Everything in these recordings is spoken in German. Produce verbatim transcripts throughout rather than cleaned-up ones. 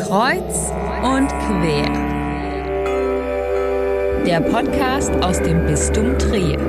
Kreuz und quer. Der Podcast aus dem Bistum Trier.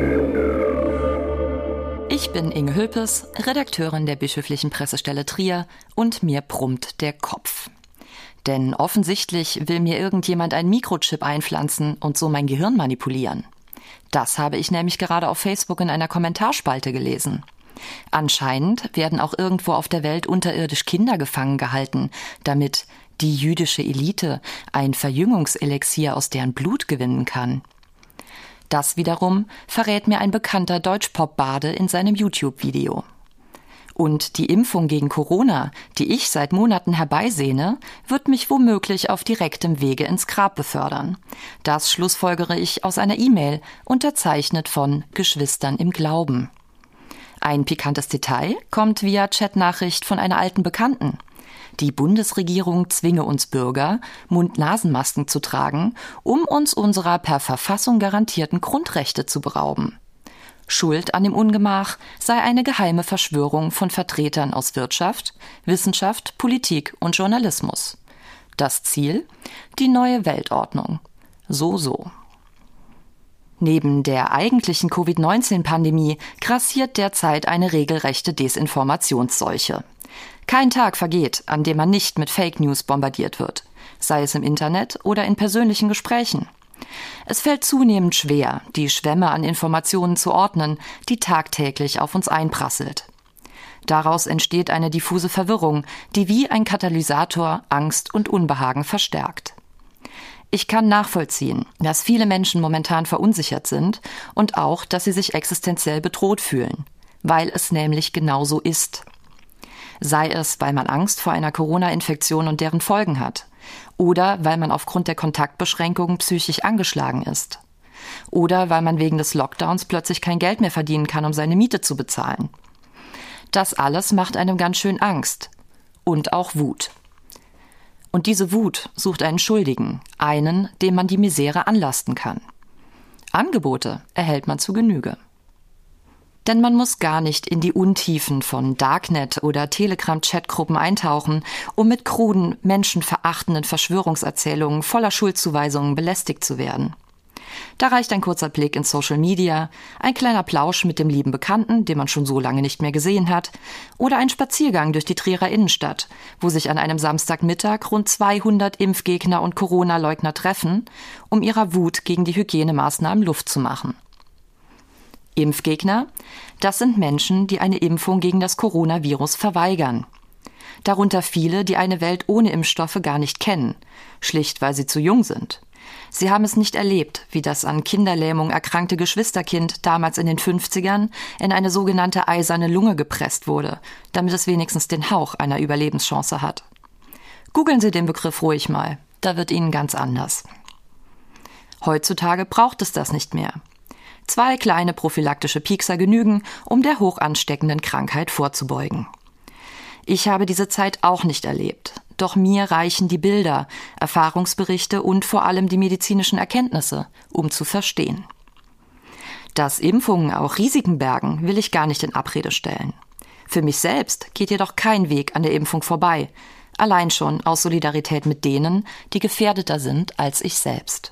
Ich bin Inge Hülpes, Redakteurin der bischöflichen Pressestelle Trier, und mir brummt der Kopf. Denn offensichtlich will mir irgendjemand einen Mikrochip einpflanzen und so mein Gehirn manipulieren. Das habe ich nämlich gerade auf Facebook in einer Kommentarspalte gelesen. Anscheinend werden auch irgendwo auf der Welt unterirdisch Kinder gefangen gehalten, damit die jüdische Elite ein Verjüngungselixier aus deren Blut gewinnen kann. Das wiederum verrät mir ein bekannter Deutschpop-Bade in seinem YouTube-Video. Und die Impfung gegen Corona, die ich seit Monaten herbeisehne, wird mich womöglich auf direktem Wege ins Grab befördern. Das schlussfolgere ich aus einer E-Mail, unterzeichnet von Geschwistern im Glauben. Ein pikantes Detail kommt via Chatnachricht von einer alten Bekannten. Die Bundesregierung zwinge uns Bürger, Mund-Nasen-Masken zu tragen, um uns unserer per Verfassung garantierten Grundrechte zu berauben. Schuld an dem Ungemach sei eine geheime Verschwörung von Vertretern aus Wirtschaft, Wissenschaft, Politik und Journalismus. Das Ziel? Die neue Weltordnung. So, so. Neben der eigentlichen Covid neunzehn Pandemie grassiert derzeit eine regelrechte Desinformationsseuche. Kein Tag vergeht, an dem man nicht mit Fake News bombardiert wird, sei es im Internet oder in persönlichen Gesprächen. Es fällt zunehmend schwer, die Schwemme an Informationen zu ordnen, die tagtäglich auf uns einprasselt. Daraus entsteht eine diffuse Verwirrung, die wie ein Katalysator Angst und Unbehagen verstärkt. Ich kann nachvollziehen, dass viele Menschen momentan verunsichert sind und auch, dass sie sich existenziell bedroht fühlen, weil es nämlich genauso ist. Sei es, weil man Angst vor einer Corona-Infektion und deren Folgen hat, oder weil man aufgrund der Kontaktbeschränkungen psychisch angeschlagen ist, oder weil man wegen des Lockdowns plötzlich kein Geld mehr verdienen kann, um seine Miete zu bezahlen. Das alles macht einem ganz schön Angst und auch Wut. Und diese Wut sucht einen Schuldigen, einen, dem man die Misere anlasten kann. Angebote erhält man zu Genüge. Denn man muss gar nicht in die Untiefen von Darknet oder Telegram-Chatgruppen eintauchen, um mit kruden, menschenverachtenden Verschwörungserzählungen voller Schuldzuweisungen belästigt zu werden. Da reicht ein kurzer Blick in Social Media, ein kleiner Plausch mit dem lieben Bekannten, den man schon so lange nicht mehr gesehen hat, oder ein Spaziergang durch die Trierer Innenstadt, wo sich an einem Samstagmittag rund zweihundert Impfgegner und Corona-Leugner treffen, um ihrer Wut gegen die Hygienemaßnahmen Luft zu machen. Impfgegner, das sind Menschen, die eine Impfung gegen das Coronavirus verweigern. Darunter viele, die eine Welt ohne Impfstoffe gar nicht kennen, schlicht weil sie zu jung sind. Sie haben es nicht erlebt, wie das an Kinderlähmung erkrankte Geschwisterkind damals in den fünfzigern in eine sogenannte eiserne Lunge gepresst wurde, damit es wenigstens den Hauch einer Überlebenschance hat. Googeln Sie den Begriff ruhig mal, da wird Ihnen ganz anders. Heutzutage braucht es das nicht mehr. Zwei kleine prophylaktische Piekser genügen, um der hoch ansteckenden Krankheit vorzubeugen. Ich habe diese Zeit auch nicht erlebt, doch mir reichen die Bilder, Erfahrungsberichte und vor allem die medizinischen Erkenntnisse, um zu verstehen. Dass Impfungen auch Risiken bergen, will ich gar nicht in Abrede stellen. Für mich selbst geht jedoch kein Weg an der Impfung vorbei, allein schon aus Solidarität mit denen, die gefährdeter sind als ich selbst.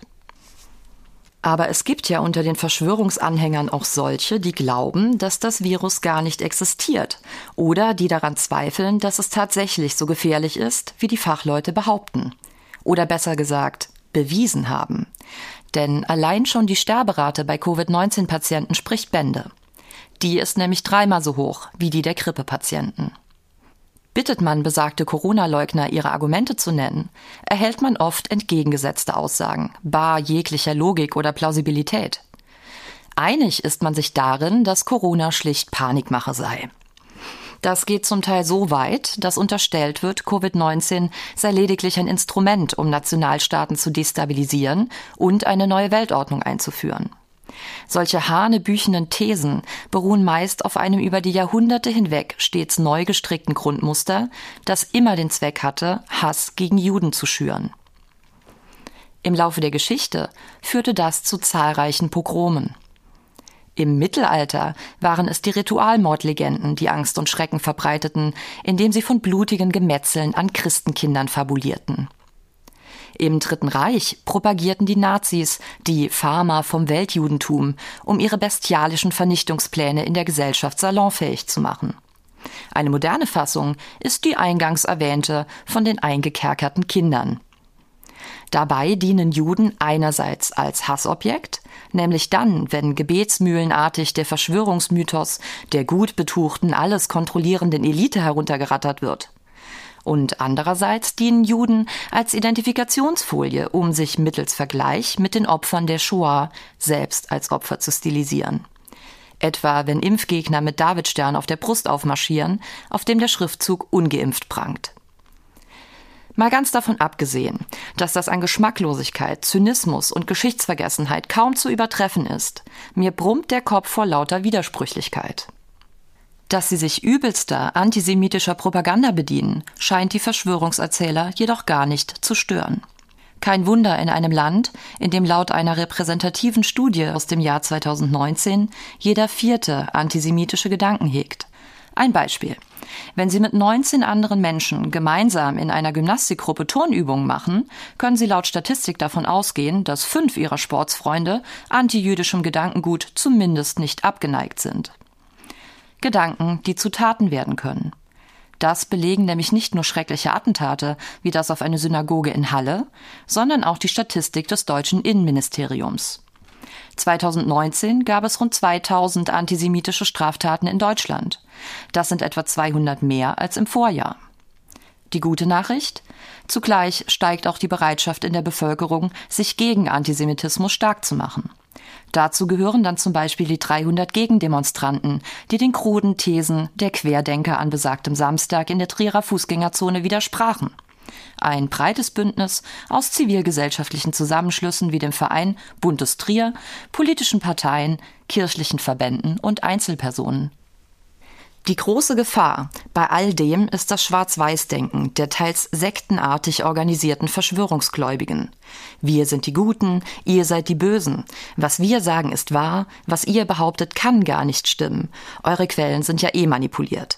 Aber es gibt ja unter den Verschwörungsanhängern auch solche, die glauben, dass das Virus gar nicht existiert oder die daran zweifeln, dass es tatsächlich so gefährlich ist, wie die Fachleute behaupten. Oder besser gesagt, bewiesen haben. Denn allein schon die Sterberate bei Covid neunzehn Patienten spricht Bände. Die ist nämlich dreimal so hoch wie die der Grippepatienten. Bittet man besagte Corona-Leugner, ihre Argumente zu nennen, erhält man oft entgegengesetzte Aussagen, bar jeglicher Logik oder Plausibilität. Einig ist man sich darin, dass Corona schlicht Panikmache sei. Das geht zum Teil so weit, dass unterstellt wird, Covid neunzehn sei lediglich ein Instrument, um Nationalstaaten zu destabilisieren und eine neue Weltordnung einzuführen. Solche hanebüchenen Thesen beruhen meist auf einem über die Jahrhunderte hinweg stets neu gestrickten Grundmuster, das immer den Zweck hatte, Hass gegen Juden zu schüren. Im Laufe der Geschichte führte das zu zahlreichen Pogromen. Im Mittelalter waren es die Ritualmordlegenden, die Angst und Schrecken verbreiteten, indem sie von blutigen Gemetzeln an Christenkindern fabulierten. Im Dritten Reich propagierten die Nazis die Pharma vom Weltjudentum, um ihre bestialischen Vernichtungspläne in der Gesellschaft salonfähig zu machen. Eine moderne Fassung ist die eingangs erwähnte von den eingekerkerten Kindern. Dabei dienen Juden einerseits als Hassobjekt, nämlich dann, wenn gebetsmühlenartig der Verschwörungsmythos der gut betuchten, alles kontrollierenden Elite heruntergerattert wird. Und andererseits dienen Juden als Identifikationsfolie, um sich mittels Vergleich mit den Opfern der Shoah selbst als Opfer zu stilisieren. Etwa wenn Impfgegner mit Davidstern auf der Brust aufmarschieren, auf dem der Schriftzug ungeimpft prangt. Mal ganz davon abgesehen, dass das an Geschmacklosigkeit, Zynismus und Geschichtsvergessenheit kaum zu übertreffen ist, mir brummt der Kopf vor lauter Widersprüchlichkeit. Dass sie sich übelster antisemitischer Propaganda bedienen, scheint die Verschwörungserzähler jedoch gar nicht zu stören. Kein Wunder in einem Land, in dem laut einer repräsentativen Studie aus dem Jahr zweitausendneunzehn jeder Vierte antisemitische Gedanken hegt. Ein Beispiel. Wenn Sie mit neunzehn anderen Menschen gemeinsam in einer Gymnastikgruppe Turnübungen machen, können Sie laut Statistik davon ausgehen, dass fünf Ihrer Sportsfreunde antijüdischem Gedankengut zumindest nicht abgeneigt sind. Gedanken, die zu Taten werden können. Das belegen nämlich nicht nur schreckliche Attentate, wie das auf eine Synagoge in Halle, sondern auch die Statistik des deutschen Innenministeriums. zweitausendneunzehn gab es rund zweitausend antisemitische Straftaten in Deutschland. Das sind etwa zweihundert mehr als im Vorjahr. Die gute Nachricht? Zugleich steigt auch die Bereitschaft in der Bevölkerung, sich gegen Antisemitismus stark zu machen. Dazu gehören dann zum Beispiel die dreihundert Gegendemonstranten, die den kruden Thesen der Querdenker an besagtem Samstag in der Trierer Fußgängerzone widersprachen. Ein breites Bündnis aus zivilgesellschaftlichen Zusammenschlüssen wie dem Verein Buntes Trier, politischen Parteien, kirchlichen Verbänden und Einzelpersonen. Die große Gefahr bei all dem ist das Schwarz-Weiß-Denken der teils sektenartig organisierten Verschwörungsgläubigen. Wir sind die Guten, ihr seid die Bösen. Was wir sagen ist wahr, was ihr behauptet kann gar nicht stimmen. Eure Quellen sind ja eh manipuliert.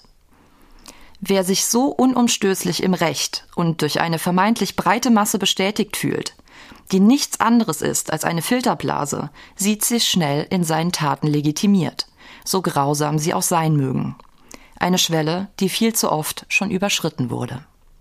Wer sich so unumstößlich im Recht und durch eine vermeintlich breite Masse bestätigt fühlt, die nichts anderes ist als eine Filterblase, sieht sich schnell in seinen Taten legitimiert, so grausam sie auch sein mögen. Eine Schwelle, die viel zu oft schon überschritten wurde.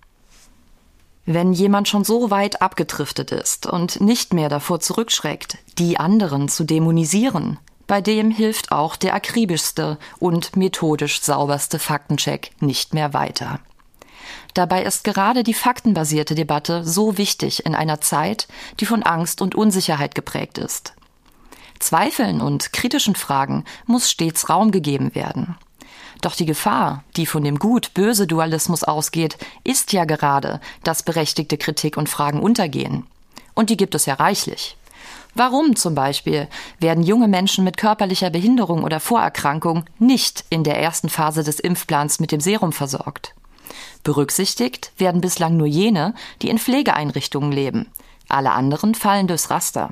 Wenn jemand schon so weit abgedriftet ist und nicht mehr davor zurückschreckt, die anderen zu dämonisieren, bei dem hilft auch der akribischste und methodisch sauberste Faktencheck nicht mehr weiter. Dabei ist gerade die faktenbasierte Debatte so wichtig in einer Zeit, die von Angst und Unsicherheit geprägt ist. Zweifeln und kritischen Fragen muss stets Raum gegeben werden. Doch die Gefahr, die von dem Gut-Böse-Dualismus ausgeht, ist ja gerade, dass berechtigte Kritik und Fragen untergehen. Und die gibt es ja reichlich. Warum zum Beispiel werden junge Menschen mit körperlicher Behinderung oder Vorerkrankung nicht in der ersten Phase des Impfplans mit dem Serum versorgt? Berücksichtigt werden bislang nur jene, die in Pflegeeinrichtungen leben. Alle anderen fallen durchs Raster.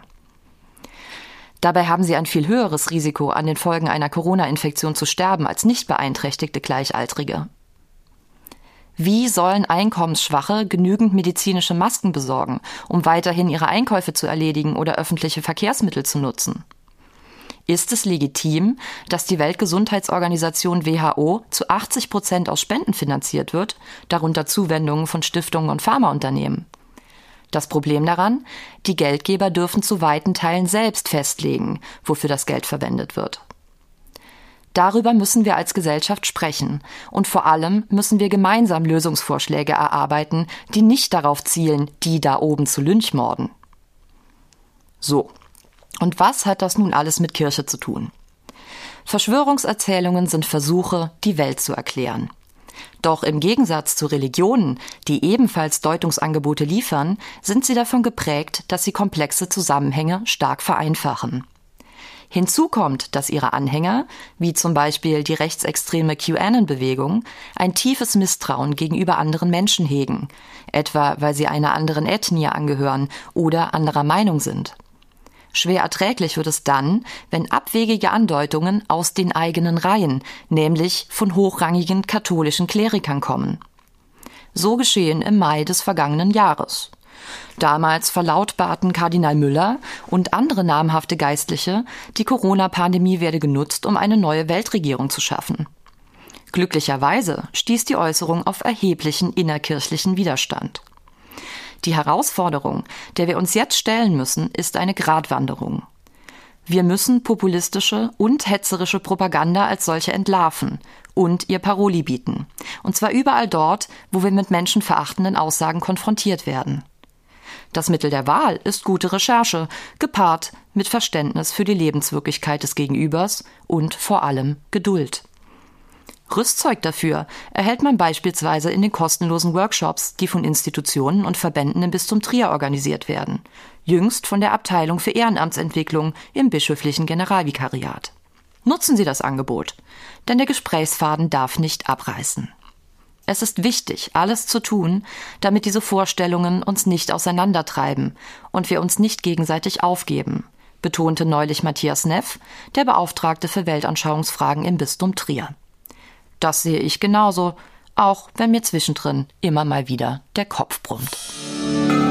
Dabei haben sie ein viel höheres Risiko, an den Folgen einer Corona-Infektion zu sterben, als nicht beeinträchtigte Gleichaltrige. Wie sollen Einkommensschwache genügend medizinische Masken besorgen, um weiterhin ihre Einkäufe zu erledigen oder öffentliche Verkehrsmittel zu nutzen? Ist es legitim, dass die Weltgesundheitsorganisation W H O zu achtzig Prozent aus Spenden finanziert wird, darunter Zuwendungen von Stiftungen und Pharmaunternehmen? Das Problem daran, die Geldgeber dürfen zu weiten Teilen selbst festlegen, wofür das Geld verwendet wird. Darüber müssen wir als Gesellschaft sprechen und vor allem müssen wir gemeinsam Lösungsvorschläge erarbeiten, die nicht darauf zielen, die da oben zu lynchmorden. So, und was hat das nun alles mit Kirche zu tun? Verschwörungserzählungen sind Versuche, die Welt zu erklären. Doch im Gegensatz zu Religionen, die ebenfalls Deutungsangebote liefern, sind sie davon geprägt, dass sie komplexe Zusammenhänge stark vereinfachen. Hinzu kommt, dass ihre Anhänger, wie zum Beispiel die rechtsextreme QAnon-Bewegung, ein tiefes Misstrauen gegenüber anderen Menschen hegen, etwa weil sie einer anderen Ethnie angehören oder anderer Meinung sind. Schwer erträglich wird es dann, wenn abwegige Andeutungen aus den eigenen Reihen, nämlich von hochrangigen katholischen Klerikern kommen. So geschehen im Mai des vergangenen Jahres. Damals verlautbarten Kardinal Müller und andere namhafte Geistliche, die Corona-Pandemie werde genutzt, um eine neue Weltregierung zu schaffen. Glücklicherweise stieß die Äußerung auf erheblichen innerkirchlichen Widerstand. Die Herausforderung, der wir uns jetzt stellen müssen, ist eine Gratwanderung. Wir müssen populistische und hetzerische Propaganda als solche entlarven und ihr Paroli bieten. Und zwar überall dort, wo wir mit menschenverachtenden Aussagen konfrontiert werden. Das Mittel der Wahl ist gute Recherche, gepaart mit Verständnis für die Lebenswirklichkeit des Gegenübers und vor allem Geduld. Rüstzeug dafür erhält man beispielsweise in den kostenlosen Workshops, die von Institutionen und Verbänden im Bistum Trier organisiert werden. Jüngst von der Abteilung für Ehrenamtsentwicklung im bischöflichen Generalvikariat. Nutzen Sie das Angebot, denn der Gesprächsfaden darf nicht abreißen. Es ist wichtig, alles zu tun, damit diese Vorstellungen uns nicht auseinandertreiben und wir uns nicht gegenseitig aufgeben, betonte neulich Matthias Neff, der Beauftragte für Weltanschauungsfragen im Bistum Trier. Das sehe ich genauso, auch wenn mir zwischendrin immer mal wieder der Kopf brummt.